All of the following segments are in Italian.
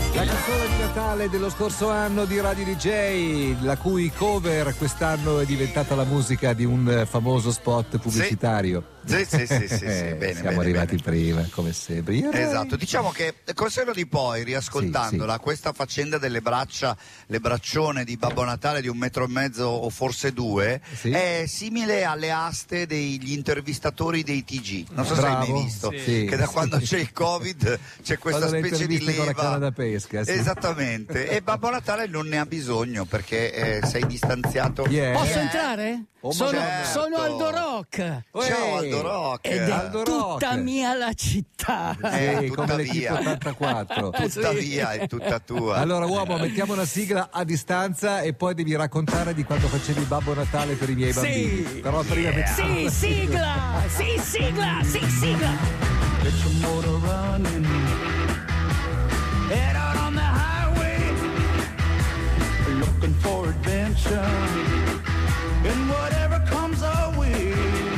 La canzone di Natale dello scorso anno di Radio DJ, la cui cover quest'anno è diventata la musica di un famoso spot pubblicitario. Sì, bene. Siamo arrivati prima, come sempre. Esatto, diciamo che col senno di poi, riascoltandola, sì. questa faccenda delle braccia, le braccione di Babbo Natale di 1,5 metri o forse 2, sì, è simile alle aste degli intervistatori dei TG. Non so se hai mai visto, sì, che da quando c'è il Covid c'è questa quando specie di con la canna leva. da pesca. Sì. Esattamente, e Babbo Natale non ne ha bisogno perché sei distanziato. Yeah. Posso entrare? Sono Aldo Rock. Ciao Aldo Rock. Ed è Aldo tutta Rock. mia la città. Sì, come l'Equipe tuttavia. 84. Tuttavia è tutta tua. Allora uomo, mettiamo una sigla a distanza e poi devi raccontare di quando facevi Babbo Natale per i miei bambini. Però prima Sì, sigla! Sì, sigla! Sì, sigla! Get your motor running. Head out on the highway, looking for adventure. And whatever comes our way.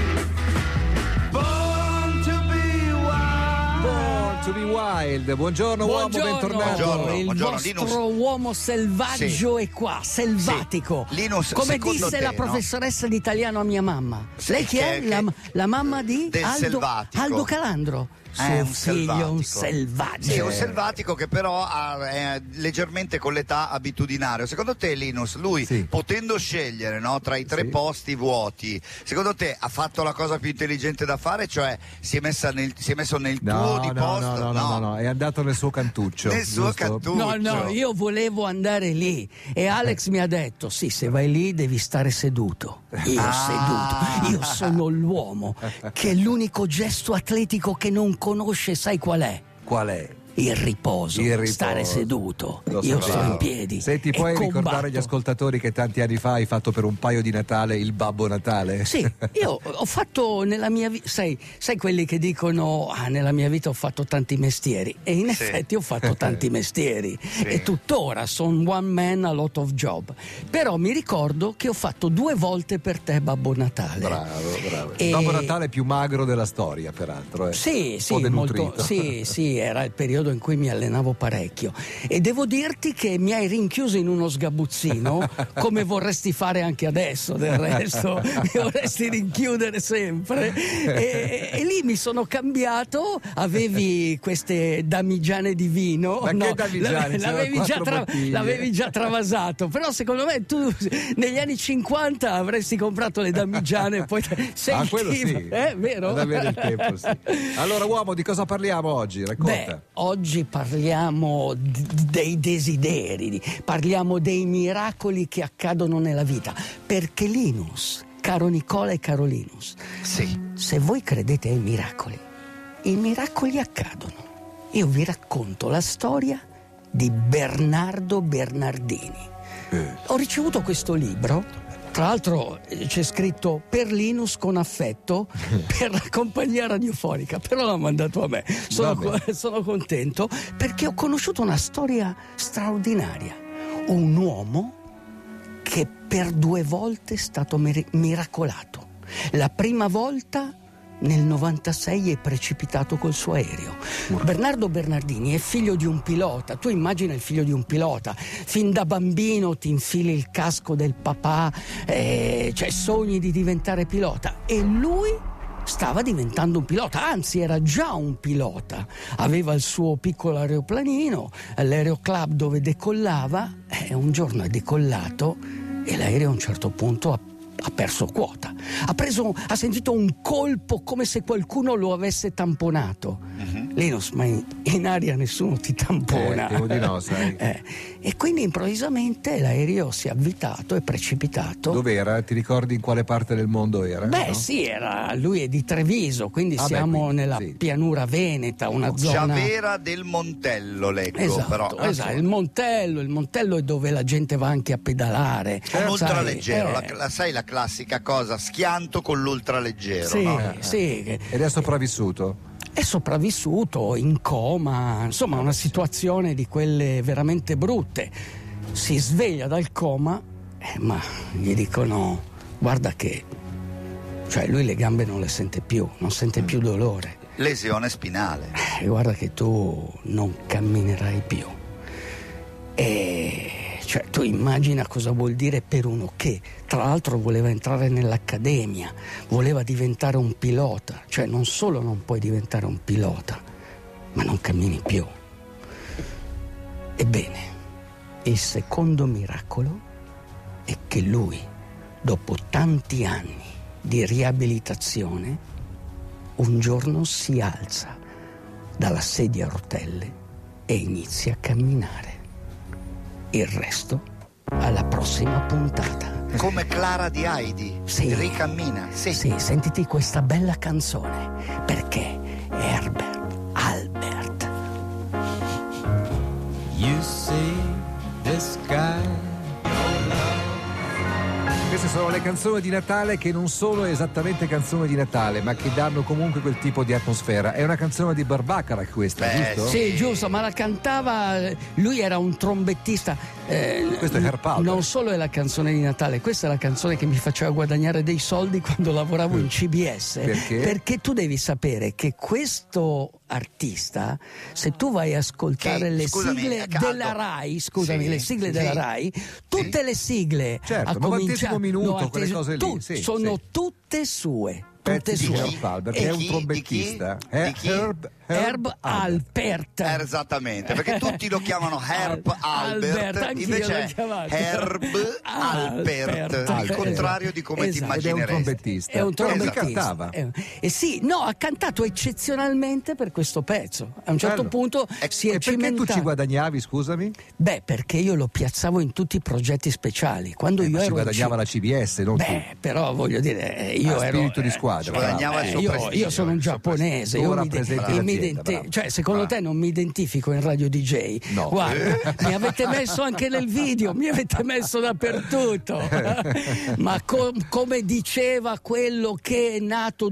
Born to be wild. Born to be wild. Buongiorno uomo, bentornato. Buongiorno. Il vostro Linus. uomo selvaggio Sì. è qua, selvatico. Sì. Linus, come secondo disse te, la no? professoressa di italiano a mia mamma. Sì, Lei chi è? La mamma di del selvatico. Aldo Calandro. È Suo un figlio è un selvatico. selvaggio. Sì, un selvatico che però è leggermente con l'età abitudinario. Secondo te, Linus, lui Sì. potendo scegliere, no, tra i 3 Sì. posti vuoti, secondo te ha fatto la cosa più intelligente da fare? Cioè si è messo nel tuo di posto? No, è andato nel suo cantuccio. Nel suo giusto? cantuccio. No, io volevo andare lì e Alex mi ha detto: sì, se vai lì devi stare seduto. Io sono l'uomo che l'unico gesto atletico che non conosce, sai qual è? Qual è? Il riposo, Il riposo. stare seduto. Lo Io sapevo. sto in piedi. Senti, e puoi ricordare combatto. agli ascoltatori che tanti anni fa hai fatto per un paio di Natale il Babbo Natale? Sì, io ho fatto nella mia vita, sai quelli che dicono nella mia vita ho fatto tanti mestieri, e in Sì. effetti ho fatto tanti mestieri Sì. e tuttora sono one man a lot of job, però mi ricordo che ho fatto 2 volte per te Babbo Natale. Bravo. E- Babbo Natale più magro della storia, peraltro. Sì, Un po' molto, denutrito. sì, era il periodo in cui mi allenavo parecchio e devo dirti che mi hai rinchiuso in uno sgabuzzino come vorresti fare anche adesso, del resto mi vorresti rinchiudere sempre e lì mi sono cambiato, avevi queste damigiane di vino. Ma che damigiane? L'avevi già travasato, però secondo me tu negli anni 50 avresti comprato le damigiane e poi Quello sì. vero? Ad avere il tempo, sì. Allora uomo, di cosa parliamo oggi? Racconta. Beh, oggi parliamo dei desideri, parliamo dei miracoli che accadono nella vita, perché Linus, caro Nicola e caro Linus, Sì. se voi credete ai miracoli, i miracoli accadono. Io vi racconto la storia di Bernardo Bernardini. Ho ricevuto questo libro. Tra l'altro c'è scritto per Linus con affetto per la compagnia radiofonica, però l'ha mandato a me. Sono contento perché ho conosciuto una storia straordinaria. Un uomo che per 2 volte è stato miracolato. La prima volta nel 96 è precipitato col suo aereo. Bernardo Bernardini è figlio di un pilota. Tu immagina il figlio di un pilota, fin da bambino ti infili il casco del papà, cioè sogni di diventare pilota, e lui stava diventando un pilota, anzi era già un pilota, aveva il suo piccolo aeroplanino, l'aeroclub dove decollava, e un giorno è decollato e l'aereo a un certo punto ha perso quota, ha sentito un colpo come se qualcuno lo avesse tamponato. Linus, ma in aria nessuno ti tampona. Temo di no, sai. E quindi improvvisamente l'aereo si è avvitato e precipitato. Dov'era? Ti ricordi in quale parte del mondo era? Beh, no? sì, lui è di Treviso, quindi siamo quindi, nella sì. pianura veneta, una zona. Giavera del Montello, leggo, però. Esatto, il Montello è dove la gente va anche a pedalare. Un ultraleggero, sai, sai la classica cosa, schianto con l'ultraleggero, sì, no? sì. Ed è sopravvissuto? È sopravvissuto in coma, insomma una situazione di quelle veramente brutte. Si sveglia dal coma, ma gli dicono: guarda che, cioè lui le gambe non le sente più, non sente più dolore. Lesione spinale. Guarda che tu non camminerai più. Cioè, tu immagina cosa vuol dire per uno che, tra l'altro, voleva entrare nell'accademia, voleva diventare un pilota. Cioè, non solo non puoi diventare un pilota, ma non cammini più. Ebbene, il secondo miracolo è che lui, dopo tanti anni di riabilitazione, un giorno si alza dalla sedia a rotelle e inizia a camminare. Il resto alla prossima puntata. Come Clara di Heidi, Sì. ricammina. Sì. Sì, sentiti questa bella canzone, perché Herbert Albert. You see the sky. Queste sono le canzoni di Natale che non sono esattamente canzoni di Natale, ma che danno comunque quel tipo di atmosfera. È una canzone di Barbacarac questa, giusto? Sì, giusto, ma la cantava, lui era un trombettista. Questo è Herb Alpert. Non solo è la canzone di Natale, questa è la canzone che mi faceva guadagnare dei soldi quando lavoravo in CBS. Perché? Perché tu devi sapere che questo artista, se tu vai a ascoltare le sigle della Rai, le sigle della Rai, tutte le sigle Certo, a cominciare minuto, quelle cose lì, sì, sono sì. tutte sue. Pezzi di sue. Herb Alpert, E che è un chi? trombettista. Di chi? Herb Alpert. Esattamente, perché tutti lo chiamano Herb Albert, anch'io invece l'ho è chiamato. Herb Alpert, al contrario di come ti Esatto. Ed è un immagineresti. trombettista. È un Però lui trombettista. cantava. Sì, no, ha cantato eccezionalmente per questo pezzo. A un certo Bello. punto si è E perché tu cimentato. ci guadagnavi, scusami? Beh, perché io lo piazzavo in tutti i progetti speciali. Quando io Ma ero ci guadagnava la CBS, non tu. Beh, però voglio dire, io ero spirito di squadra. guadagnava il suo io prestigio, sono un il suo giapponese, prestigio. io Ora mi presenti e mi l'azienda, bravo. cioè, secondo te non mi identifico in radio DJ? No. Guarda, mi avete messo anche nel video, mi avete messo dappertutto. Ma come diceva quello che è nato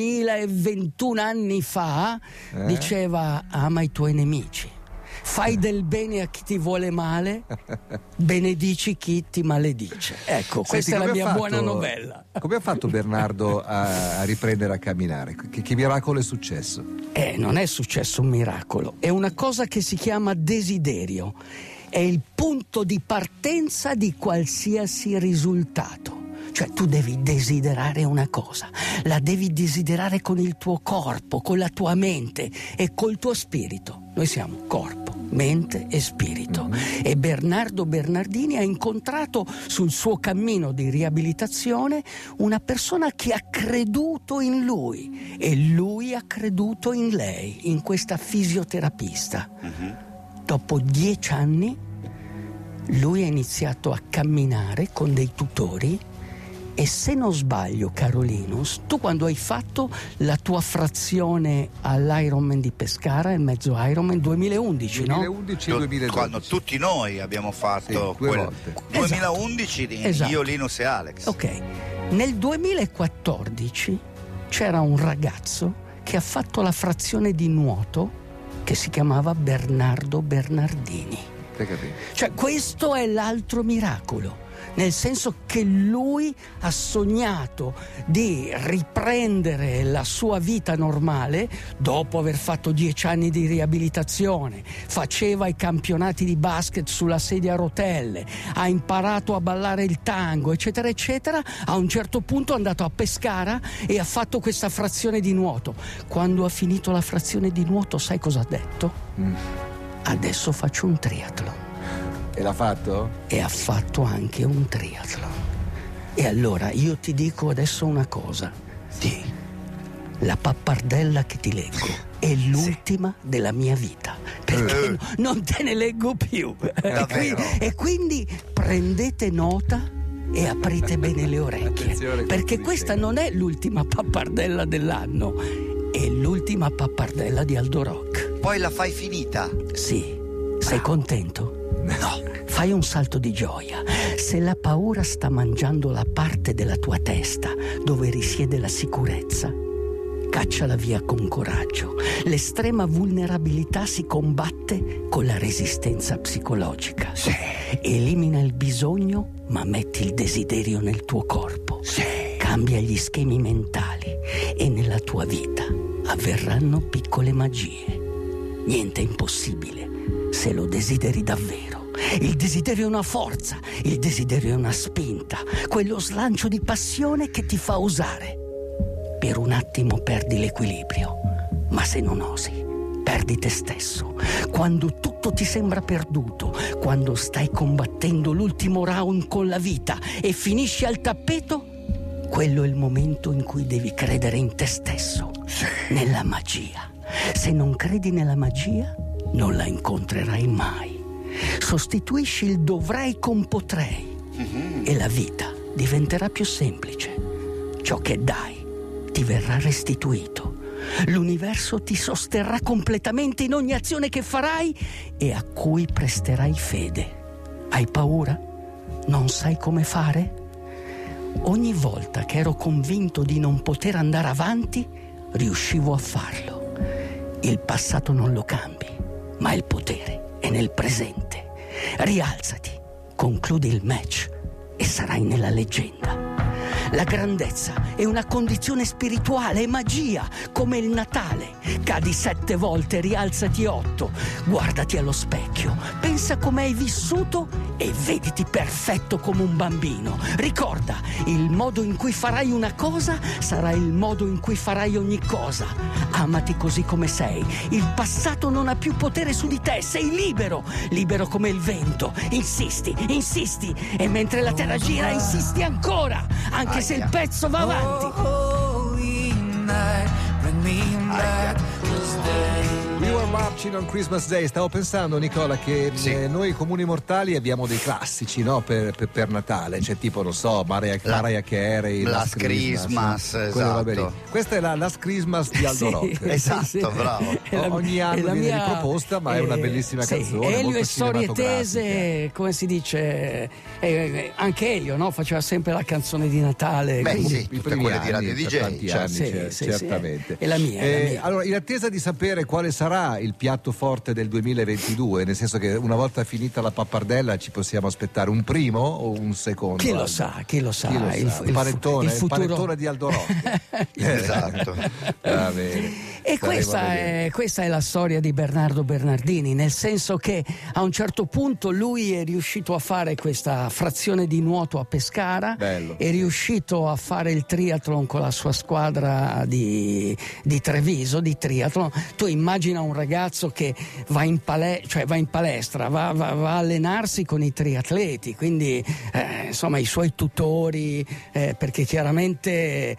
2021 anni fa, diceva: ama i tuoi nemici. Fai del bene a chi ti vuole male, benedici chi ti maledice. Ecco, questa Senti, è la come ha mia fatto- buona novella. Come ha fatto Bernardo a riprendere a camminare? Che miracolo è successo? Non è successo un miracolo, è una cosa che si chiama desiderio. È il punto di partenza di qualsiasi risultato. Cioè tu devi desiderare una cosa, la devi desiderare con il tuo corpo, con la tua mente e col tuo spirito. Noi siamo corpo, mente e spirito. E Bernardo Bernardini ha incontrato sul suo cammino di riabilitazione una persona che ha creduto in lui e lui ha creduto in lei, in questa fisioterapista. Dopo 10 anni lui ha iniziato a camminare con dei tutori. E se non sbaglio, Carolinus, tu quando hai fatto la tua frazione all'Ironman di Pescara, il mezzo Ironman 2011, no? 2011 e 2012. Quando tutti noi abbiamo fatto Sì, due volte. 2011 di Esatto. io, Linus e Alex. Ok, nel 2014 c'era un ragazzo che ha fatto la frazione di nuoto che si chiamava Bernardo Bernardini. Hai capito? Cioè questo è l'altro miracolo, nel senso che lui ha sognato di riprendere la sua vita normale dopo aver fatto 10 anni di riabilitazione, faceva i campionati di basket sulla sedia a rotelle, ha imparato a ballare il tango, eccetera eccetera. A un certo punto è andato a Pescara e ha fatto questa frazione di nuoto. Quando ha finito la frazione di nuoto, sai cosa ha detto? Adesso faccio un triathlon. E l'ha fatto? E ha fatto anche un triathlon. E allora io ti dico adesso una cosa. Sì. La pappardella che ti leggo è l'ultima della mia vita, perché non te ne leggo più. Davvero? E quindi prendete nota e aprite bene le orecchie, Attenzione, perché come questa dicevo. non è l'ultima pappardella dell'anno, è l'ultima pappardella di Aldo Rock. Poi la fai finita. Sì, sei contento? No. Fai un salto di gioia. Se la paura sta mangiando la parte della tua testa dove risiede la sicurezza, cacciala via con coraggio. L'estrema vulnerabilità si combatte con la resistenza psicologica. Sì. Elimina il bisogno, ma metti il desiderio nel tuo corpo. Sì. Cambia gli schemi mentali e nella tua vita avverranno piccole magie. Niente è impossibile se lo desideri davvero. Il desiderio è una forza, il desiderio è una spinta, quello slancio di passione che ti fa osare. Per un attimo perdi l'equilibrio, ma se non osi, perdi te stesso. Quando tutto ti sembra perduto, quando stai combattendo l'ultimo round con la vita e finisci al tappeto, quello è il momento in cui devi credere in te stesso, nella magia. Se non credi nella magia, non la incontrerai mai. Sostituisci il dovrei con potrei e la vita diventerà più semplice. Ciò che dai ti verrà restituito. L'universo ti sosterrà completamente in ogni azione che farai e a cui presterai fede. Hai paura? Non sai come fare? Ogni volta che ero convinto di non poter andare avanti, riuscivo a farlo. Il passato non lo cambi, ma il potere è nel presente. Rialzati, concludi il match e sarai nella leggenda. La grandezza è una condizione spirituale, è magia, come il Natale. Cadi 7 volte, rialzati 8. Guardati allo specchio, pensa come hai vissuto e vediti perfetto come un bambino. Ricorda, il modo in cui farai una cosa sarà il modo in cui farai ogni cosa. Amati così come sei. Il passato non ha più potere su di te, sei libero, libero come il vento. Insisti, insisti, e mentre la terra gira insisti ancora, anche se il pezzo va avanti. We were marching on Christmas Day. Stavo pensando, Nicola, che noi comuni mortali abbiamo dei classici, no? Per Natale, cioè tipo, non so, Mariah Carey, Last Christmas, esatto. Questa è la Last Christmas di Aldo Rock. Esatto, bravo. Ogni anno viene riproposta, ma è una bellissima canzone. Elio e Storie Tese, come si dice, anche Elio, no? Faceva sempre la canzone di Natale. Beh, quindi, sì, tutte quelle di Radio DJ, tanti anni, certamente. È la mia. Allora, in attesa di sapere quale sarà il piatto forte del 2022, nel senso che una volta finita la pappardella ci possiamo aspettare un primo o un secondo? Chi lo sa? Il panettone di Aldo Rock. Esatto. Va bene. E questa è la storia di Bernardo Bernardini, nel senso che a un certo punto lui è riuscito a fare questa frazione di nuoto a Pescara, è riuscito a fare il triathlon con la sua squadra di Treviso, di triathlon. Tu immagina un ragazzo che va in palestra, va a allenarsi con i triatleti, quindi insomma i suoi tutori, perché chiaramente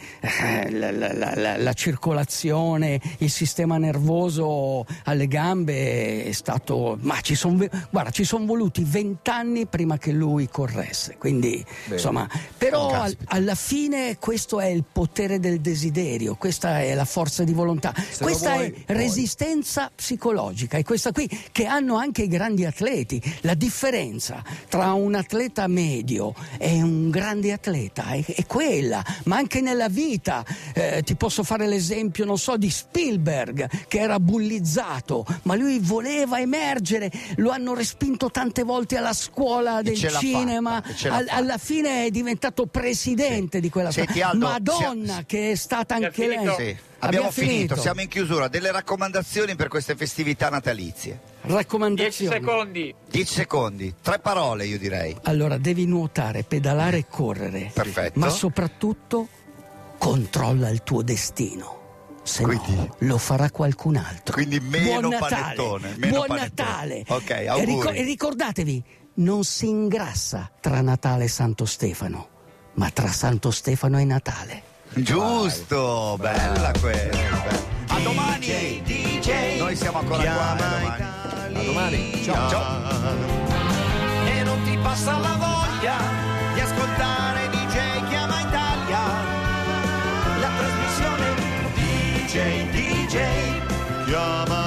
la circolazione, il sistema nervoso alle gambe è stato, ma ci sono voluti 20 anni prima che lui corresse, quindi insomma, però alla fine questo è il potere del desiderio, questa è la forza di volontà, questa è resistenza psicologica, è questa qui che hanno anche i grandi atleti. La differenza tra un atleta medio e un grande atleta è quella, ma anche nella vita ti posso fare l'esempio, non so, di Spielberg, che era bullizzato, ma lui voleva emergere, lo hanno respinto tante volte alla scuola del cinema, alla fine è diventato presidente di quella scuola. Aldo, Madonna, che è stata anche lei. Sì. Abbiamo finito, siamo in chiusura. Delle raccomandazioni per queste festività natalizie? Raccomandazioni. 10 secondi, 3 parole io direi. Allora, devi nuotare, pedalare e correre. Perfetto. Ma soprattutto controlla il tuo destino. Se no, lo farà qualcun altro. Quindi meno Buon panettone. Buon Natale. Ok, auguri. E ricordatevi, non si ingrassa tra Natale e Santo Stefano, ma tra Santo Stefano e Natale. Giusto, bella quella. A domani. DJ. Noi siamo ancora qua. A domani. Ciao. E non ti passa la voglia di ascoltare DJ Chiama Italia, la trasmissione DJ Chiama